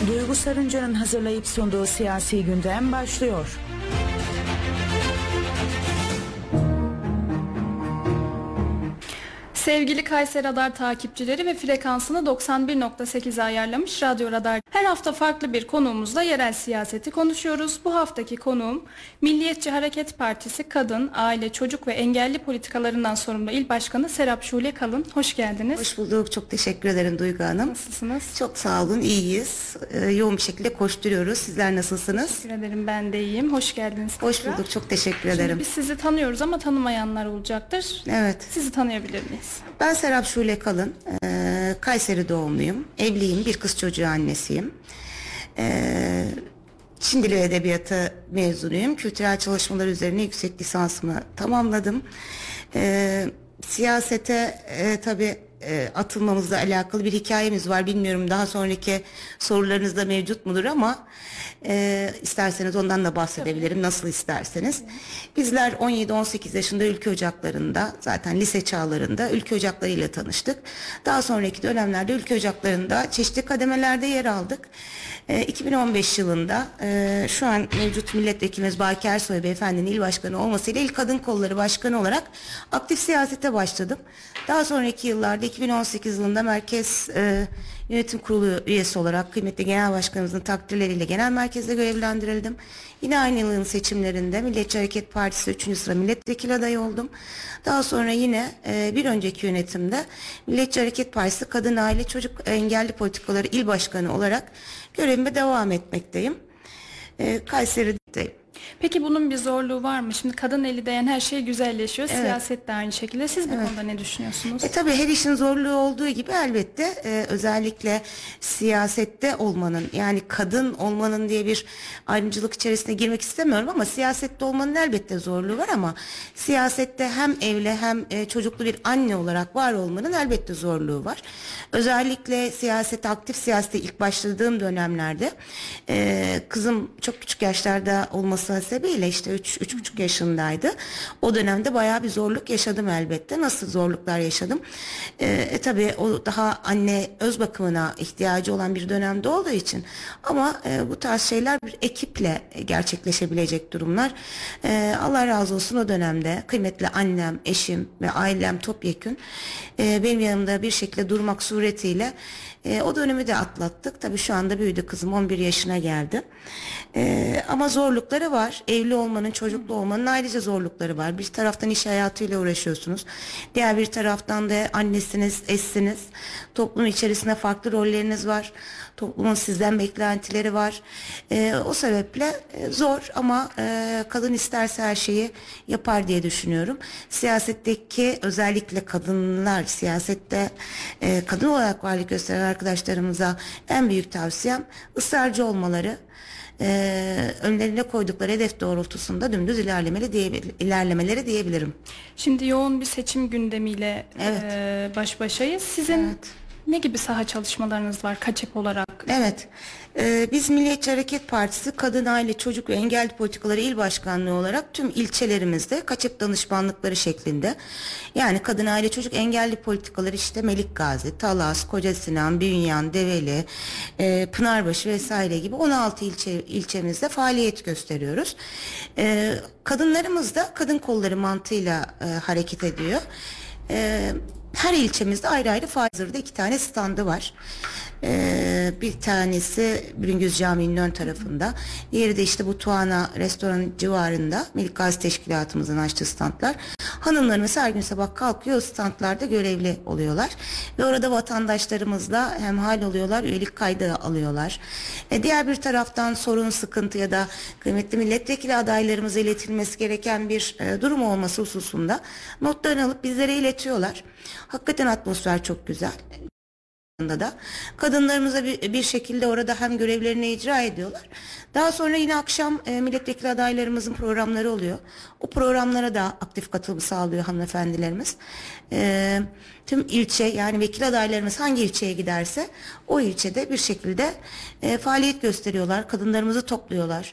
Duygu Sarıncı'nın hazırlayıp sunduğu Siyasi Gündem başlıyor. Sevgili Kayseri Radar takipçileri ve frekansını 91.8'e ayarlamış Radyo Radar. Her hafta farklı bir konuğumuzla yerel siyaseti konuşuyoruz. Bu haftaki konuğum Milliyetçi Hareket Partisi Kadın, Aile, Çocuk ve Engelli Politikalarından sorumlu İl Başkanı Serap Şule Kalın. Hoş geldiniz. Hoş bulduk. Çok teşekkür ederim Duygu Hanım. Nasılsınız? Çok sağ olun. İyiyiz. Yoğun bir şekilde koşturuyoruz. Sizler nasılsınız? Teşekkür ederim. Ben de iyiyim. Hoş geldiniz. Hoş bulduk. Çok teşekkür ederim. Şimdi biz sizi tanıyoruz ama tanımayanlar olacaktır. Evet. Sizi tanıyabilir miyiz? Ben Serap Şule Kalın. Kayseri doğumluyum. Evliyim. Bir kız çocuğu annesiyim. Çin Dili ve Edebiyatı mezunuyum. Kültürel çalışmalar üzerine yüksek lisansımı tamamladım. Siyasete tabii atılmamızla alakalı bir hikayemiz var. Bilmiyorum daha sonraki sorularınızda mevcut mudur ama isterseniz ondan da bahsedebilirim, nasıl isterseniz. Bizler 17-18 yaşında ülke ocaklarında, zaten lise çağlarında ülke ocaklarıyla tanıştık. Daha sonraki dönemlerde ülke ocaklarında çeşitli kademelerde yer aldık. 2015 yılında şu an mevcut milletvekilimiz Baki Ersoy Beyefendi'nin il başkanı olmasıyla İl Kadın Kolları Başkanı olarak aktif siyasete başladım. Daha sonraki yıllarda 2018 yılında Merkez Yönetim Kurulu üyesi olarak kıymetli Genel Başkanımızın takdirleriyle genel merkezde görevlendirildim. Yine aynı yılın seçimlerinde Milliyetçi Hareket Partisi 3. sıra milletvekili adayı oldum. Daha sonra yine bir önceki yönetimde Milliyetçi Hareket Partisi Kadın, Aile, Çocuk Engelli Politikaları İl Başkanı olarak görevime devam etmekteyim. Kayseri'deyim. Peki bunun bir zorluğu var mı? Şimdi kadın eli değen her şey güzelleşiyor. Evet. Siyaset de aynı şekilde. Siz bu konuda ne düşünüyorsunuz? Tabii her işin zorluğu olduğu gibi elbette özellikle siyasette olmanın, yani kadın olmanın diye bir ayrımcılık içerisine girmek istemiyorum ama siyasette olmanın elbette zorluğu var ama siyasette hem evli hem çocuklu bir anne olarak var olmanın elbette zorluğu var. Özellikle siyasete, aktif siyasete ilk başladığım dönemlerde kızım çok küçük yaşlarda olması sebebiyle işte 3,5 yaşındaydı. O dönemde bayağı bir zorluk yaşadım elbette. Nasıl zorluklar yaşadım? Tabii o daha anne öz bakımına ihtiyacı olan bir dönemde olduğu için ama bu tarz şeyler bir ekiple gerçekleşebilecek durumlar. Allah razı olsun o dönemde kıymetli annem, eşim ve ailem topyekün benim yanımda bir şekilde durmak suretiyle o dönemi de atlattık. Tabii şu anda büyüdü kızım, 11 yaşına geldi. Ama zorlukları var. Evli olmanın, çocuklu olmanın ayrıca zorlukları var. Bir taraftan iş hayatıyla uğraşıyorsunuz. Diğer bir taraftan da annesiniz, eşsiniz. Toplum içerisinde farklı rolleriniz var. Toplumun sizden beklentileri var. O sebeple zor ama kadın isterse her şeyi yapar diye düşünüyorum. Siyasetteki özellikle kadınlar, siyasette kadın olarak varlık gösteren arkadaşlarımıza en büyük tavsiyem ısrarcı olmaları. Önlerine koydukları hedef doğrultusunda dümdüz ilerlemeleri diyebilirim. Şimdi yoğun bir seçim gündemiyle baş başayız. Sizin ne gibi saha çalışmalarınız var KAÇEP olarak? Evet. Biz Milliyetçi Hareket Partisi Kadın, Aile, Çocuk ve Engelli Politikaları İl Başkanlığı olarak tüm ilçelerimizde KAÇEP danışmanlıkları şeklinde, yani Kadın, Aile, Çocuk Engelli Politikaları işte Melikgazi, Talas, Kocasinan, Bünyan, Develi, Pınarbaşı vesaire gibi 16 ilçemizde faaliyet gösteriyoruz. Kadınlarımız da kadın kolları mantığıyla hareket ediyor. Her ilçemizde ayrı ayrı hazırda 2 tane standı var. Bir tanesi Bülüngüz Camii'nin ön tarafında. Diğeri de işte bu Tuana restoran civarında Melikgazi Teşkilatımızın açtığı standlar. Hanımlarımız her gün sabah kalkıyor, standlarda görevli oluyorlar. Ve orada vatandaşlarımızla hemhal oluyorlar, üyelik kaydı alıyorlar. Diğer bir taraftan sorun, sıkıntı ya da kıymetli milletvekili adaylarımıza iletilmesi gereken bir durum olması hususunda notlarını alıp bizlere iletiyorlar. Hakikaten atmosfer çok güzel. Da kadınlarımıza bir şekilde orada hem görevlerini icra ediyorlar. Daha sonra yine akşam milletvekili adaylarımızın programları oluyor. O programlara da aktif katılım sağlıyor hanımefendilerimiz. Tüm ilçe, yani vekil adaylarımız hangi ilçeye giderse o ilçede bir şekilde faaliyet gösteriyorlar. Kadınlarımızı topluyorlar.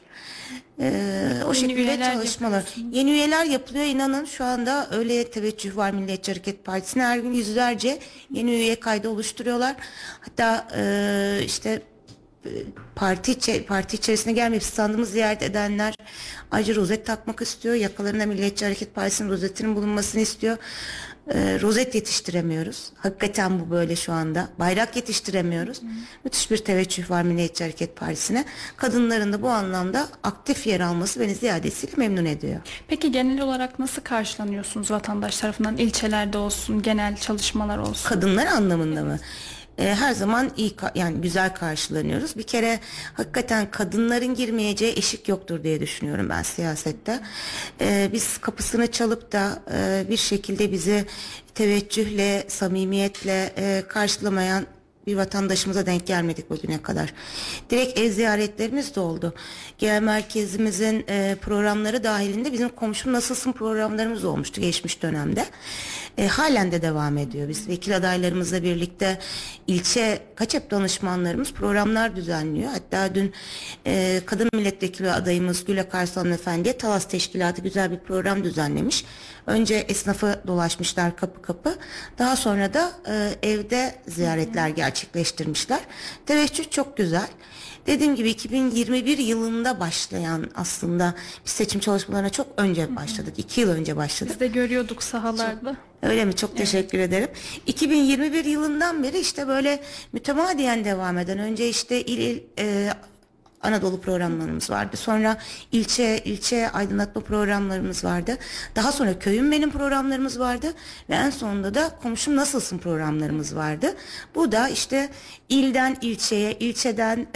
O şekilde çalışmalar. Yeni üyeler yapılıyor, inanın şu anda öyle teveccüh var Milliyetçi Hareket Partisi'ne, her gün yüzlerce yeni üye kaydı oluşturuyorlar. Hatta işte parti içerisine gelmeyip standımızı ziyaret edenler ayrıca rozet takmak istiyor. Yakalarında Milliyetçi Hareket Partisi'nin rozetinin bulunmasını istiyor. Rozet yetiştiremiyoruz. Hakikaten bu böyle şu anda. Bayrak yetiştiremiyoruz. Müthiş bir teveccüh var Milliyetçi Hareket Partisi'ne. Kadınların da bu anlamda aktif yer alması beni ziyadesiyle memnun ediyor. Peki genel olarak nasıl karşılanıyorsunuz vatandaş tarafından? İlçelerde olsun, genel çalışmalar olsun. Kadınlar anlamında mı? Her zaman iyi yani güzel karşılanıyoruz. Bir kere hakikaten kadınların girmeyeceği eşik yoktur diye düşünüyorum ben siyasette. Biz kapısını çalıp da bir şekilde bizi teveccühle, samimiyetle karşılamayan bir vatandaşımıza denk gelmedik bugüne kadar. Direkt ev ziyaretlerimiz de oldu. Genel merkezimizin programları dahilinde bizim komşum nasılsın programlarımız olmuştu geçmiş dönemde. Halen de devam ediyor. Biz vekil adaylarımızla birlikte ilçe KAÇEP danışmanlarımız programlar düzenliyor. Hatta dün kadın milletvekili adayımız Gül Akarsu Efendi'ye Talas Teşkilatı güzel bir program düzenlemiş. Önce esnafı dolaşmışlar kapı kapı. Daha sonra da evde ziyaretler gerçekleştirmişler. Teveccüh çok güzel. Dediğim gibi 2021 yılında başlayan aslında biz seçim çalışmalarına çok önce başladık. 2 yıl önce başladık. Biz de görüyorduk sahalarda. Öyle mi? Çok teşekkür ederim. 2021 yılından beri işte böyle mütemadiyen devam eden, önce işte Anadolu programlarımız vardı. Sonra ilçe aydınlatma programlarımız vardı. Daha sonra köyüm benim programlarımız vardı. Ve en sonunda da komşum nasılsın programlarımız vardı. Bu da işte ilden ilçeye, ilçeden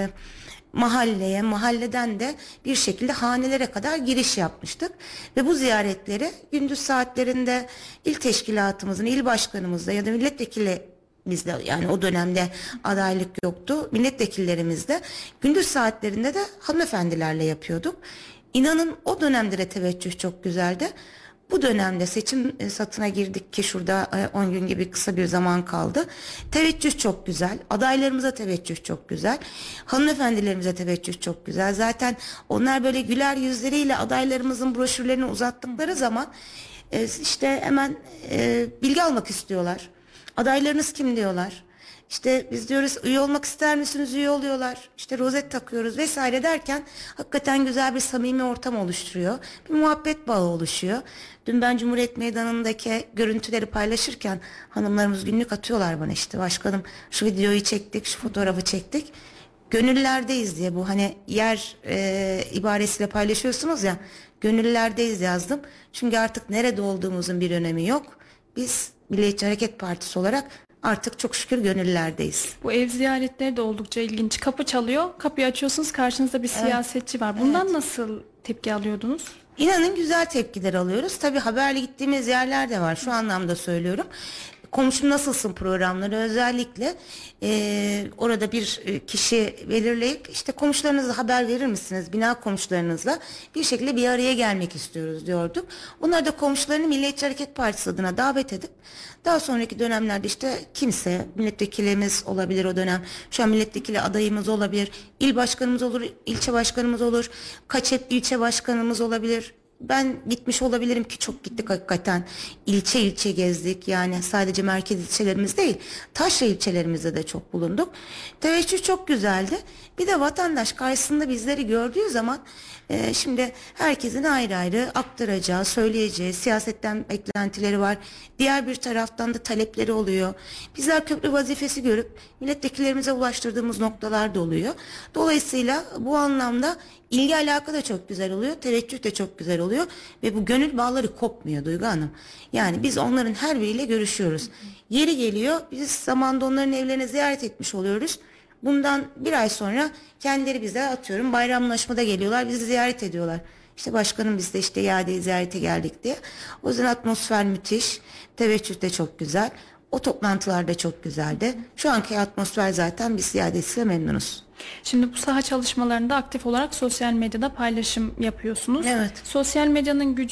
mahalleye, mahalleden de bir şekilde hanelere kadar giriş yapmıştık. Ve bu ziyaretleri gündüz saatlerinde il teşkilatımızın, il başkanımızla ya da milletvekili bizde, yani o dönemde adaylık yoktu. Milletvekillerimizde gündüz saatlerinde de hanımefendilerle yapıyorduk. İnanın o dönemde de teveccüh çok güzeldi. Bu dönemde seçim satına girdik ki şurada 10 gün gibi kısa bir zaman kaldı. Teveccüh çok güzel. Adaylarımıza teveccüh çok güzel. Hanımefendilerimize teveccüh çok güzel. Zaten onlar böyle güler yüzleriyle adaylarımızın broşürlerini uzattıkları zaman işte hemen bilgi almak istiyorlar. Adaylarınız kim diyorlar. İşte biz diyoruz üye olmak ister misiniz? Üye oluyorlar. İşte rozet takıyoruz vesaire derken hakikaten güzel bir samimi ortam oluşturuyor. Bir muhabbet bağı oluşuyor. Dün ben Cumhuriyet Meydanı'ndaki görüntüleri paylaşırken hanımlarımız günlük atıyorlar bana, işte başkanım şu videoyu çektik, şu fotoğrafı çektik. Gönüllerdeyiz diye, bu hani yer ibaresiyle paylaşıyorsunuz ya, gönüllerdeyiz yazdım. Çünkü artık nerede olduğumuzun bir önemi yok. Biz Milliyetçi Hareket Partisi olarak artık çok şükür gönüllerdeyiz. Bu ev ziyaretleri de oldukça ilginç. Kapı çalıyor, kapıyı açıyorsunuz, karşınızda bir siyasetçi var. Bundan nasıl tepki alıyordunuz? İnanın güzel tepkiler alıyoruz. Tabii haberle gittiğimiz yerler de var. Şu anlamda söylüyorum. Komşum nasılsın programları özellikle orada bir kişi belirleyip işte komşularınıza haber verir misiniz? Bina komşularınızla bir şekilde bir araya gelmek istiyoruz diyorduk. Onlar da komşularını Milliyetçi Hareket Partisi adına davet edip daha sonraki dönemlerde işte kimse, milletvekilimiz olabilir o dönem, şu an milletvekili adayımız olabilir, il başkanımız olur, ilçe başkanımız olur, KAÇEP ilçe başkanımız olabilir. Ben gitmiş olabilirim ki çok gittik hakikaten. İlçe ilçe gezdik, yani sadece merkez ilçelerimiz değil, taşra ilçelerimizde de çok bulunduk. Teveccüh çok güzeldi. Bir de vatandaş karşısında bizleri gördüğü zaman şimdi herkesin ayrı ayrı aktaracağı, söyleyeceği siyasetten beklentileri var. Diğer bir taraftan da talepleri oluyor. Bizler köprü vazifesi görüp milletvekillerimize ulaştırdığımız noktalar da oluyor. Dolayısıyla bu anlamda ilgi alaka da çok güzel oluyor. Teveccüh de çok güzel oluyor. Ve bu gönül bağları kopmuyor Duygu Hanım. Yani biz onların her biriyle görüşüyoruz. Yeri geliyor biz zamanında onların evlerini ziyaret etmiş oluyoruz. Bundan bir ay sonra kendileri bize atıyorum bayramlaşmada geliyorlar, bizi ziyaret ediyorlar. İşte başkanım biz de işte iadeyi ziyarete geldik diye. O yüzden atmosfer müthiş. Teveccüh de çok güzel. O toplantılar da çok güzeldi. Şu anki atmosfer zaten biz iadesiyle memnunuz. Şimdi bu saha çalışmalarında aktif olarak sosyal medyada paylaşım yapıyorsunuz. Evet. Sosyal medyanın gücü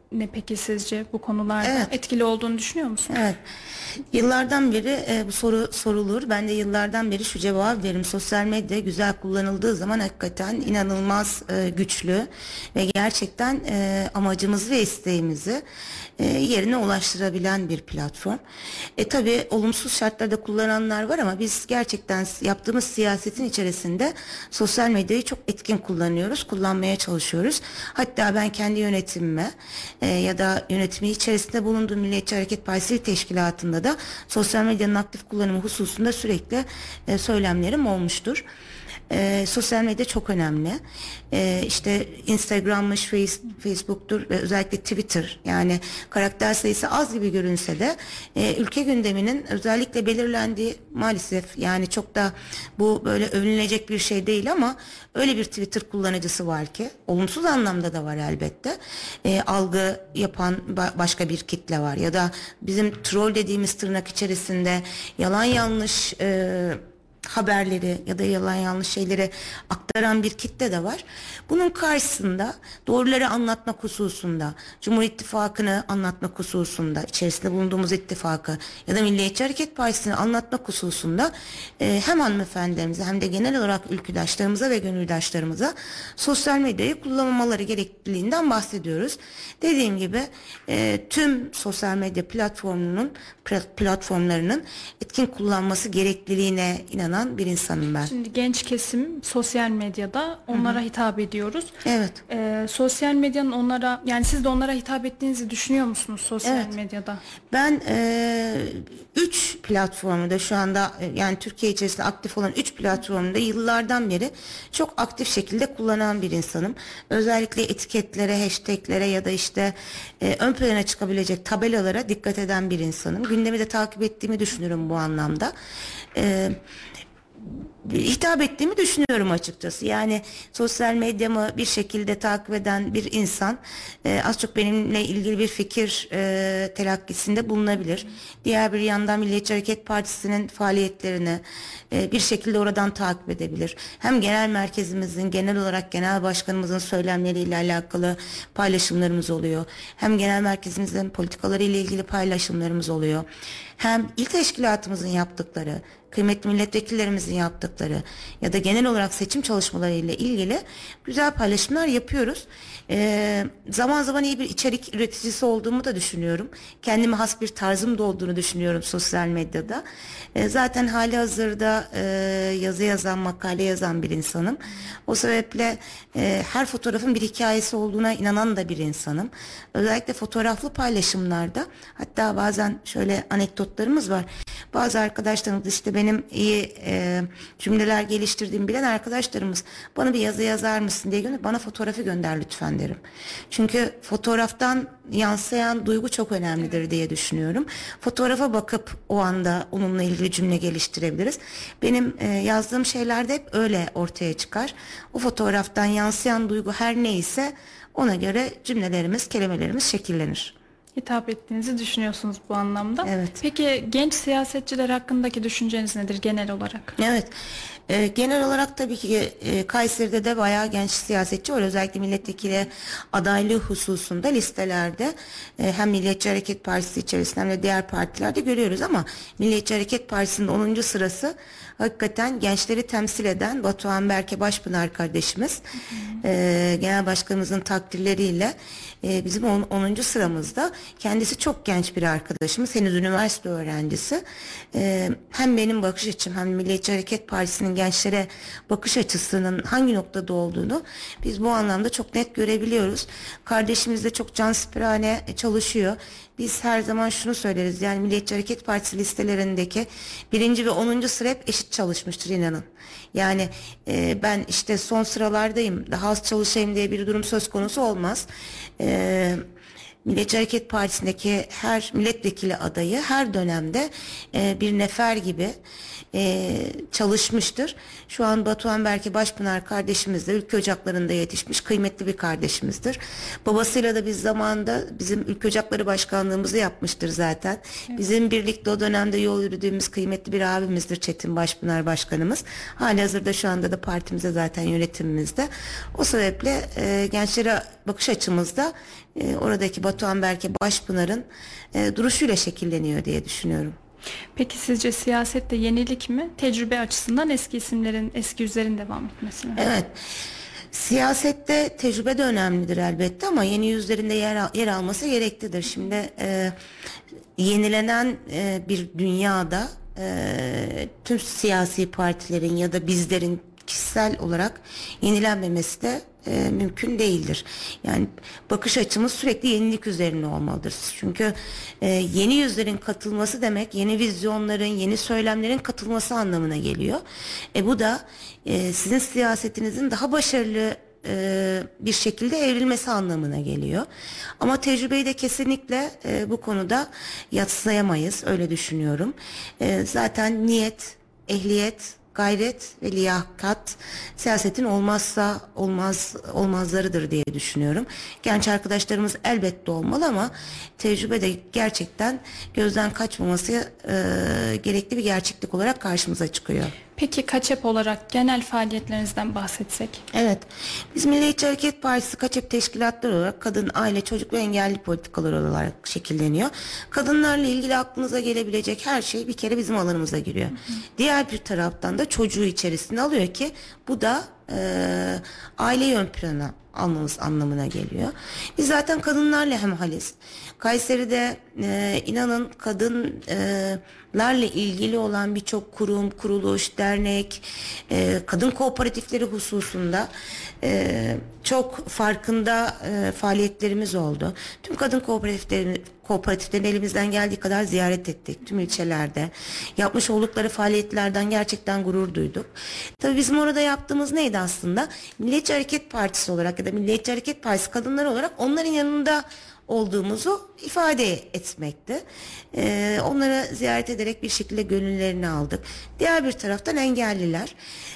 ne peki sizce bu konularda? Evet. Etkili olduğunu düşünüyor musunuz? Evet. Yıllardan beri bu soru sorulur. Ben de yıllardan beri şu cevabı veririm. Sosyal medya güzel kullanıldığı zaman hakikaten inanılmaz güçlü ve gerçekten amacımızı ve isteğimizi yerine ulaştırabilen bir platform. Tabii olumsuz şartlarda kullananlar var ama biz gerçekten yaptığımız siyasetin içerisinde sosyal medyayı çok etkin kullanıyoruz, kullanmaya çalışıyoruz. Hatta ben kendi yönetimime ya da yönetimi içerisinde bulunduğum Milliyetçi Hareket Partisi teşkilatında da sosyal medyanın aktif kullanımı hususunda sürekli söylemlerim olmuştur. Sosyal medya çok önemli. İşte Instagram'mış, Facebook'tur ve özellikle Twitter, yani karakter sayısı az gibi görünse de ülke gündeminin özellikle belirlendiği, maalesef yani çok da bu böyle övünülecek bir şey değil ama öyle bir Twitter kullanıcısı var ki, olumsuz anlamda da var elbette. Algı yapan başka bir kitle var ya da bizim troll dediğimiz tırnak içerisinde yalan yanlış haberleri ya da yalan yanlış şeyleri aktaran bir kitle de var. Bunun karşısında doğruları anlatmak hususunda, Cumhur İttifakı'nı anlatmak hususunda, içerisinde bulunduğumuz ittifakı ya da Milliyetçi Hareket Partisi'ni anlatmak hususunda hem hanımefendilerimize hem de genel olarak ülküdaşlarımıza ve gönüldaşlarımıza sosyal medyayı kullanmamaları gerekliliğinden bahsediyoruz. Dediğim gibi tüm sosyal medya platformlarının etkin kullanması gerekliliğine inanan bir insanım ben. Şimdi genç kesim sosyal medyada onlara hitap ediyoruz. Evet. Sosyal medyanın onlara, yani siz de onlara hitap ettiğinizi düşünüyor musunuz sosyal medyada? Ben 3 platformu da şu anda yani Türkiye içerisinde aktif olan 3 platformu da yıllardan beri çok aktif şekilde kullanan bir insanım. Özellikle etiketlere, hashtaglere ya da işte ön plana çıkabilecek tabelalara dikkat eden bir insanım. Gündemi de takip ettiğimi düşünüyorum bu anlamda. Hitap ettiğimi düşünüyorum açıkçası. Yani sosyal medyamı bir şekilde takip eden bir insan az çok benimle ilgili bir fikir telakkisinde bulunabilir. Diğer bir yandan Milliyetçi Hareket Partisi'nin faaliyetlerini bir şekilde oradan takip edebilir. Hem genel merkezimizin, genel olarak genel başkanımızın söylemleriyle alakalı paylaşımlarımız oluyor. Hem genel merkezimizin politikaları ile ilgili paylaşımlarımız oluyor. Hem il teşkilatımızın yaptıkları, kıymetli milletvekillerimizin yaptıkları ya da genel olarak seçim çalışmaları ile ilgili güzel paylaşımlar yapıyoruz. Zaman zaman iyi bir içerik üreticisi olduğumu da düşünüyorum. Kendime has bir tarzım da olduğunu düşünüyorum sosyal medyada. Zaten hali hazırda yazı yazan, makale yazan bir insanım. O sebeple her fotoğrafın bir hikayesi olduğuna inanan da bir insanım. Özellikle fotoğraflı paylaşımlarda, hatta bazen şöyle anekdotlarımız var. Bazı arkadaşlarımız, işte benim iyi cümleler geliştirdiğimi bilen arkadaşlarımız, bana bir yazı yazar mısın diye gönder, bana fotoğrafı gönder lütfen derim. Çünkü fotoğraftan yansıyan duygu çok önemlidir diye düşünüyorum. Fotoğrafa bakıp o anda onunla ilgili cümle geliştirebiliriz. Benim yazdığım şeyler de hep öyle ortaya çıkar. O fotoğraftan yansıyan duygu her neyse ona göre cümlelerimiz, kelimelerimiz şekillenir. Hitap ettiğinizi düşünüyorsunuz bu anlamda. Evet. Peki genç siyasetçiler hakkındaki düşünceniz nedir genel olarak? Evet. Genel olarak tabii ki Kayseri'de de bayağı genç siyasetçi var. Özellikle milletvekili adaylığı hususunda listelerde hem Milliyetçi Hareket Partisi içerisinde hem de diğer partilerde görüyoruz ama Milliyetçi Hareket Partisi'nin 10. sırası hakikaten gençleri temsil eden Batuhan Berke Başpınar kardeşimiz. Genel Başkanımızın takdirleriyle bizim 10. sıramızda. Kendisi çok genç bir arkadaşımız. Henüz üniversite öğrencisi. Hem benim bakış açım hem Milliyetçi Hareket Partisi'nin gençlere bakış açısının hangi noktada olduğunu biz bu anlamda çok net görebiliyoruz. Kardeşimiz de çok cansiperane çalışıyor. Biz her zaman şunu söyleriz, yani Milliyetçi Hareket Partisi listelerindeki 1. ve 10. sıra hep eşit çalışmıştır, inanın. Yani ben işte son sıralardayım, daha az çalışayım diye bir durum söz konusu olmaz. Milliyetçi Hareket Partisi'ndeki her milletvekili adayı her dönemde bir nefer gibi çalışmıştır. Şu an Batuhan Berke Başpınar kardeşimiz de ülke ocaklarında yetişmiş kıymetli bir kardeşimizdir. Babasıyla da biz zamanında bizim ülke ocakları başkanlığımızı yapmıştır zaten. Evet. Bizim birlikte o dönemde yol yürüdüğümüz kıymetli bir abimizdir Çetin Başpınar Başkanımız. Halihazırda şu anda da partimize zaten yönetimimizde. O sebeple gençlere bakış açımızda oradaki Batuhan Berke Başpınar'ın duruşuyla şekilleniyor diye düşünüyorum. Peki sizce siyasette yenilik mi? Tecrübe açısından eski isimlerin eski yüzlerin devam etmesi mi? Evet. Siyasette tecrübe de önemlidir elbette ama yeni yüzlerinde yer alması gereklidir. Şimdi yenilenen bir dünyada tüm siyasi partilerin ya da bizlerin kişisel olarak yenilenmemesi de mümkün değildir. Yani bakış açımız sürekli yenilik üzerine olmalıdır. Çünkü yeni yüzlerin katılması demek yeni vizyonların, yeni söylemlerin katılması anlamına geliyor. Bu da sizin siyasetinizin daha başarılı bir şekilde evrilmesi anlamına geliyor. Ama tecrübeyi de kesinlikle bu konuda yadsıyamayız, öyle düşünüyorum. Zaten niyet, ehliyet, gayret ve liyakat siyasetin olmazlarıdır diye düşünüyorum. Genç arkadaşlarımız elbette olmalı ama tecrübe de gerçekten gözden kaçmaması gerekli bir gerçeklik olarak karşımıza çıkıyor. Peki KAÇEP olarak genel faaliyetlerinizden bahsetsek? Evet. Biz Milliyetçi Hareket Partisi KAÇEP teşkilatları olarak kadın, aile, çocuk ve engelli politikalar olarak şekilleniyor. Kadınlarla ilgili aklınıza gelebilecek her şey bir kere bizim alanımıza giriyor. Diğer bir taraftan da çocuğu içerisine alıyor ki bu da aileyi ön plana almamız anlamına geliyor. Biz zaten kadınlarla hemhaliz. Kayseri'de inanın kadınlarla ilgili olan birçok kurum, kuruluş, dernek, kadın kooperatifleri hususunda çok farkında faaliyetlerimiz oldu. Tüm kadın kooperatiflerini elimizden geldiği kadar ziyaret ettik. Tüm ilçelerde yapmış oldukları faaliyetlerden gerçekten gurur duyduk. Tabii bizim orada yaptığımız neydi aslında? Milliyetçi Hareket Partisi olarak ya da Milliyetçi Hareket Partisi kadınları olarak onların yanında olduğumuzu ifade etmekti. Onları ziyaret ederek bir şekilde gönüllerini aldık. Diğer bir taraftan engelliler.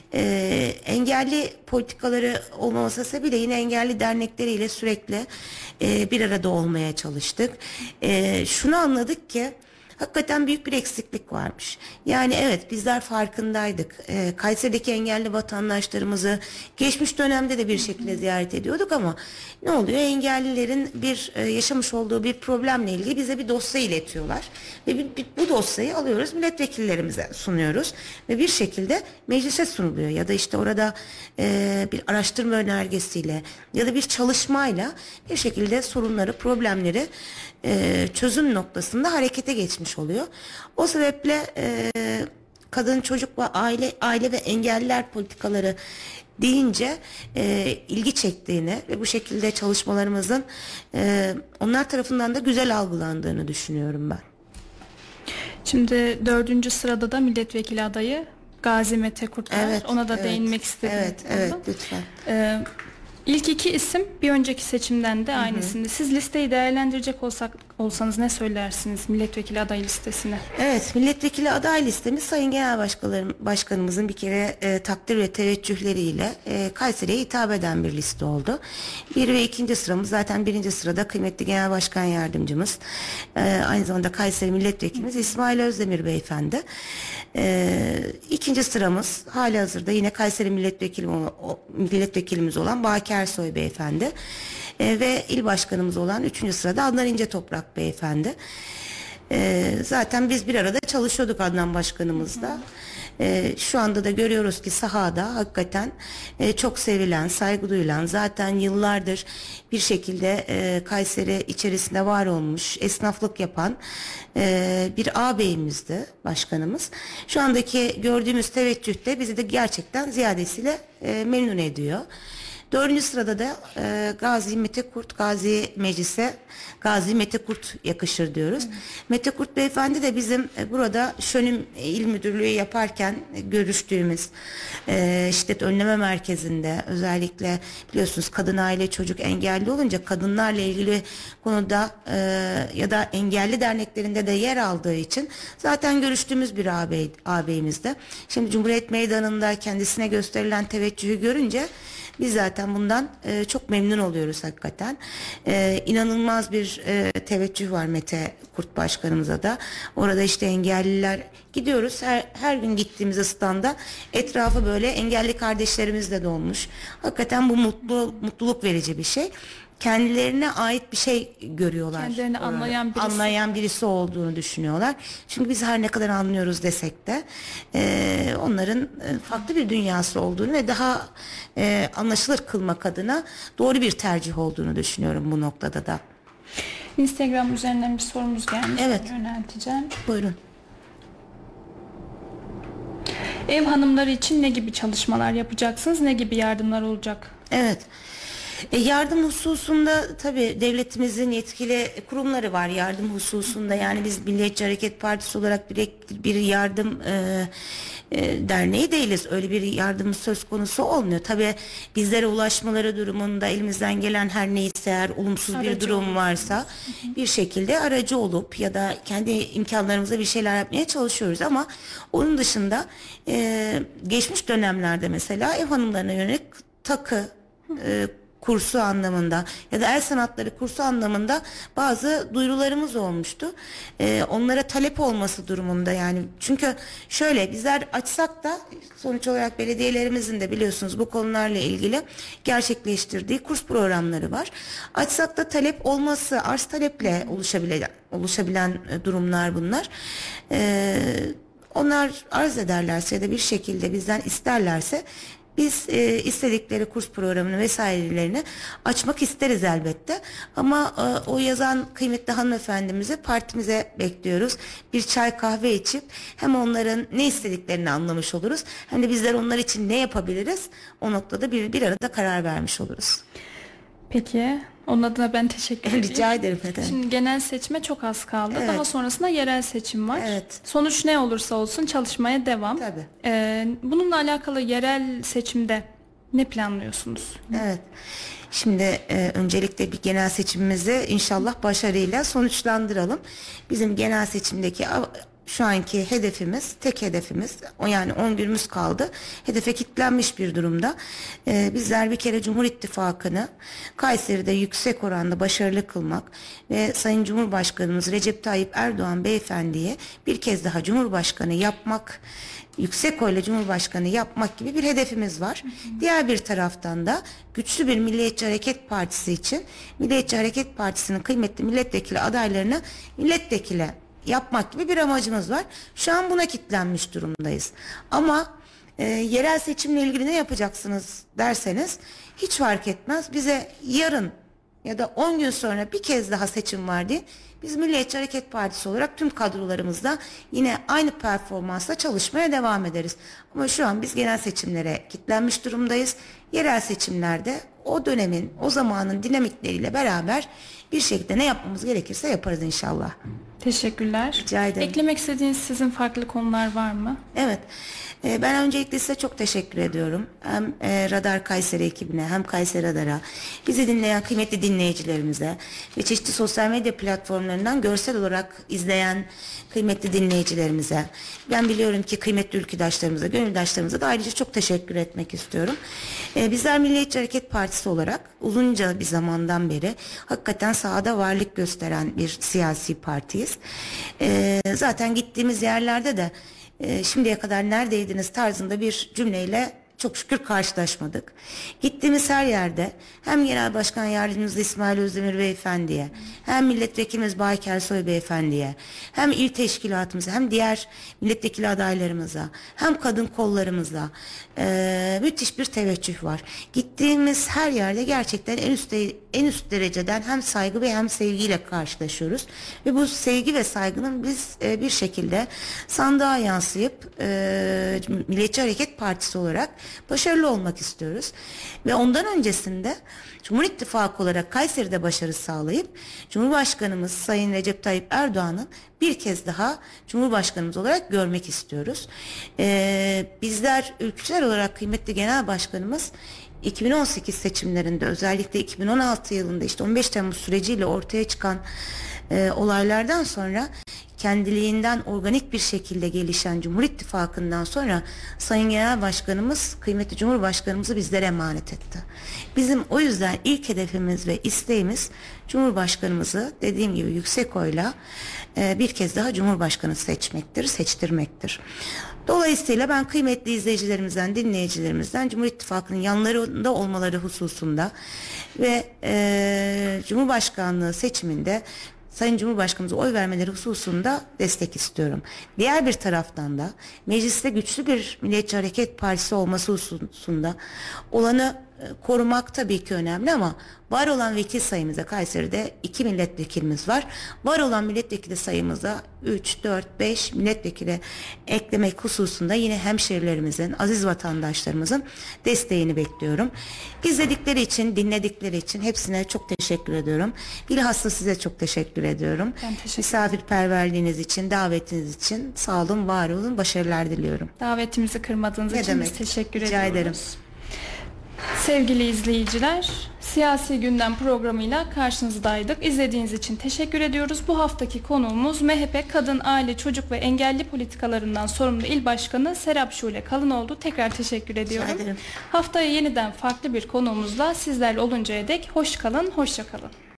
Engelli politikaları olmaması sebebiyle yine engelli dernekleriyle sürekli bir arada olmaya çalıştık. Şunu anladık ki hakikaten büyük bir eksiklik varmış. Yani evet bizler farkındaydık. Kayseri'deki engelli vatandaşlarımızı geçmiş dönemde de bir şekilde ziyaret ediyorduk ama ne oluyor? Engellilerin yaşamış olduğu bir problemle ilgili bize bir dosya iletiyorlar. Ve bu dosyayı alıyoruz milletvekillerimize sunuyoruz. Ve bir şekilde meclise sunuluyor. Ya da işte orada bir araştırma önergesiyle ya da bir çalışmayla bir şekilde sorunları, problemleri çözüm noktasında harekete geçmiş oluyor. O sebeple kadın, çocuk ve aile ve engelliler politikaları deyince ilgi çektiğini ve bu şekilde çalışmalarımızın onlar tarafından da güzel algılandığını düşünüyorum ben. Şimdi 4. sırada da milletvekili adayı Gazi Mete Kurt var. Evet, Ona da evet, değinmek istedim. Evet, lütfen. İlk iki isim bir önceki seçimden de aynısında. Siz listeyi değerlendirecek olsanız ne söylersiniz milletvekili aday listesine? Evet, milletvekili aday listemiz Sayın Genel Başkanımızın bir kere takdir ve teveccühleriyle Kayseri'ye hitap eden bir liste oldu. 1 ve 2. sıramız zaten 1. sırada kıymetli Genel Başkan Yardımcımız, aynı zamanda Kayseri Milletvekilimiz İsmail Özdemir Beyefendi. 2. sıramız halihazırda yine Kayseri milletvekilimiz olan Baki Ersoy Beyefendi ve il başkanımız olan 3. sırada Adnan İncetoprak Beyefendi. Zaten biz bir arada çalışıyorduk Adnan Başkanımızla. Şu anda da görüyoruz ki sahada hakikaten çok sevilen, saygı duyulan, zaten yıllardır bir şekilde Kayseri içerisinde var olmuş, esnaflık yapan bir ağabeyimizdi başkanımız. Şu andaki gördüğümüz teveccüh de bizi de gerçekten ziyadesiyle memnun ediyor. 4. sırada da Gazi Mete Kurt, Gazi Meclis'e Gazi Mete Kurt yakışır diyoruz. Mete Kurt Beyefendi de bizim burada Şönim İl Müdürlüğü yaparken görüştüğümüz şiddet önleme merkezinde, özellikle biliyorsunuz kadın, aile, çocuk engelli olunca kadınlarla ilgili konuda ya da engelli derneklerinde de yer aldığı için zaten görüştüğümüz bir ağabeyimizdi. Şimdi Cumhuriyet Meydanı'nda kendisine gösterilen teveccühü görünce biz zaten bundan çok memnun oluyoruz hakikaten. İnanılmaz bir teveccüh var Mete Kurt Başkanımıza da. Orada işte engelliler gidiyoruz. Her gün gittiğimiz standa etrafı böyle engelli kardeşlerimizle dolmuş. Hakikaten bu mutluluk verici bir şey. kendilerine ait bir şey görüyorlar. Kendilerini anlayan birisi olduğunu düşünüyorlar. Çünkü biz her ne kadar anlıyoruz desek de onların farklı bir dünyası olduğunu ve daha anlaşılır kılmak adına doğru bir tercih olduğunu düşünüyorum bu noktada da. Instagram üzerinden bir sorumuz gelmiş. Evet. Yönelteceğim. Buyurun. Ev hanımları için ne gibi çalışmalar yapacaksınız? Ne gibi yardımlar olacak? Evet. Yardım hususunda tabii devletimizin yetkili kurumları var yardım hususunda. Yani biz Milliyetçi Hareket Partisi olarak bir yardım derneği değiliz. Öyle bir yardımın söz konusu olmuyor. Tabii bizlere ulaşmaları durumunda elimizden gelen her neyse, eğer olumsuz bir durum varsa bir şekilde aracı olup ya da kendi imkanlarımızla bir şeyler yapmaya çalışıyoruz. Ama onun dışında geçmiş dönemlerde mesela ev hanımlarına yönelik takı kursu anlamında ya da el sanatları kursu anlamında bazı duyurularımız olmuştu. Onlara talep olması durumunda, yani çünkü şöyle, bizler açsak da sonuç olarak belediyelerimizin de biliyorsunuz bu konularla ilgili gerçekleştirdiği kurs programları var. Açsak da talep olması, arz taleple oluşabilen durumlar bunlar. Onlar arz ederlerse ya da bir şekilde bizden isterlerse biz istedikleri kurs programını vesairelerini açmak isteriz elbette. Ama o yazan kıymetli hanımefendimizi partimize bekliyoruz. Bir çay kahve içip hem onların ne istediklerini anlamış oluruz, hem de bizler onlar için ne yapabiliriz, o noktada bir arada karar vermiş oluruz. Peki. Onun adına ben teşekkür ederim. Rica ederim. Neden? Şimdi genel seçime çok az kaldı. Evet. Daha sonrasında yerel seçim var. Evet. Sonuç ne olursa olsun çalışmaya devam. Tabii. Bununla alakalı yerel seçimde ne planlıyorsunuz? Evet. Şimdi öncelikle bir genel seçimimizi inşallah başarıyla sonuçlandıralım. Bizim genel seçimdeki şu anki hedefimiz, tek hedefimiz, yani 10 günümüz kaldı. Hedefe kilitlenmiş bir durumda. Bizler bir kere Cumhur İttifakı'nı Kayseri'de yüksek oranda başarılı kılmak ve Sayın Cumhurbaşkanımız Recep Tayyip Erdoğan beyefendiye bir kez daha Cumhurbaşkanı yapmak, yüksek oyla Cumhurbaşkanı yapmak gibi bir hedefimiz var. Diğer bir taraftan da güçlü bir Milliyetçi Hareket Partisi için Milliyetçi Hareket Partisi'nin kıymetli milletvekili adaylarını milletvekili yapmak gibi bir amacımız var. Şu an buna kilitlenmiş durumdayız. Ama yerel seçimle ilgili ne yapacaksınız derseniz hiç fark etmez. Bize yarın ya da 10 gün sonra bir kez daha seçim var diye biz Milliyetçi Hareket Partisi olarak tüm kadrolarımızda yine aynı performansla çalışmaya devam ederiz. Ama şu an biz genel seçimlere kilitlenmiş durumdayız. Yerel seçimlerde o dönemin, o zamanın dinamikleriyle beraber bir şekilde ne yapmamız gerekirse yaparız inşallah. Teşekkürler. Rica ederim. Eklemek istediğiniz sizin farklı konular var mı? Evet. Ben öncelikle size çok teşekkür ediyorum. Hem Radar Kayseri ekibine, hem Kayseri Radar'a, bizi dinleyen kıymetli dinleyicilerimize ve çeşitli sosyal medya platformlarından görsel olarak izleyen kıymetli dinleyicilerimize. Ben biliyorum ki kıymetli ülküdaşlarımıza, gönüldaşlarımıza da ayrıca çok teşekkür etmek istiyorum. Bizler Milliyetçi Hareket Partisi olarak uzunca bir zamandan beri hakikaten sahada varlık gösteren bir siyasi partiyiz. Zaten gittiğimiz yerlerde de şimdiye kadar neredeydiniz tarzında bir cümleyle çok şükür karşılaşmadık. Gittiğimiz her yerde hem Genel Başkan Yardımcımız İsmail Özdemir Beyefendi'ye, hem Milletvekilimiz Bayker Soy Beyefendi'ye, hem il teşkilatımıza, hem diğer milletvekili adaylarımıza, hem kadın kollarımıza müthiş bir teveccüh var. Gittiğimiz her yerde gerçekten en üst dereceden hem saygı ve hem sevgiyle karşılaşıyoruz. Ve bu sevgi ve saygının biz bir şekilde sandığa yansıyıp Milliyetçi Hareket Partisi olarak başarılı olmak istiyoruz. Ve ondan öncesinde Cumhur İttifakı olarak Kayseri'de başarı sağlayıp Cumhurbaşkanımız Sayın Recep Tayyip Erdoğan'ın bir kez daha Cumhurbaşkanımız olarak görmek istiyoruz. Bizler ülkücüler olarak kıymetli Genel Başkanımız 2018 seçimlerinde, özellikle 2016 yılında işte 15 Temmuz süreciyle ortaya çıkan olaylardan sonra kendiliğinden organik bir şekilde gelişen Cumhur İttifakı'ndan sonra Sayın Genel Başkanımız kıymetli Cumhurbaşkanımızı bizlere emanet etti. Bizim o yüzden ilk hedefimiz ve isteğimiz Cumhurbaşkanımızı dediğim gibi yüksek oyla bir kez daha Cumhurbaşkanı seçtirmektir. Dolayısıyla ben kıymetli izleyicilerimizden, dinleyicilerimizden Cumhur İttifakı'nın yanlarında olmaları hususunda ve Cumhurbaşkanlığı seçiminde Sayın Cumhurbaşkanımıza oy vermeleri hususunda destek istiyorum. Diğer bir taraftan da mecliste güçlü bir Milliyetçi Hareket Partisi olması hususunda olanı korumak tabii ki önemli ama var olan vekil sayımıza Kayseri'de 2 milletvekilimiz var. Var olan milletvekili sayımıza 3, 4, 5 milletvekili eklemek hususunda yine hemşehrilerimizin, aziz vatandaşlarımızın desteğini bekliyorum. İzledikleri için, dinledikleri için hepsine çok teşekkür ediyorum. Bilhassa size çok teşekkür ediyorum. Misafirperverliğiniz için, davetiniz için sağ olun, var olun, başarılar diliyorum. Davetimizi kırmadığınız için biz teşekkür ediyoruz. Rica ederim. Sevgili izleyiciler, Siyasi Gündem programıyla karşınızdaydık. İzlediğiniz için teşekkür ediyoruz. Bu haftaki konuğumuz MHP Kadın, Aile, Çocuk ve Engelli Politikalarından sorumlu İl Başkanı Serap Şule Kalınoğlu. Tekrar teşekkür ediyorum. Rica ederim. Haftaya yeniden farklı bir konuğumuzla sizlerle oluncaya dek hoş kalın, hoşça kalın.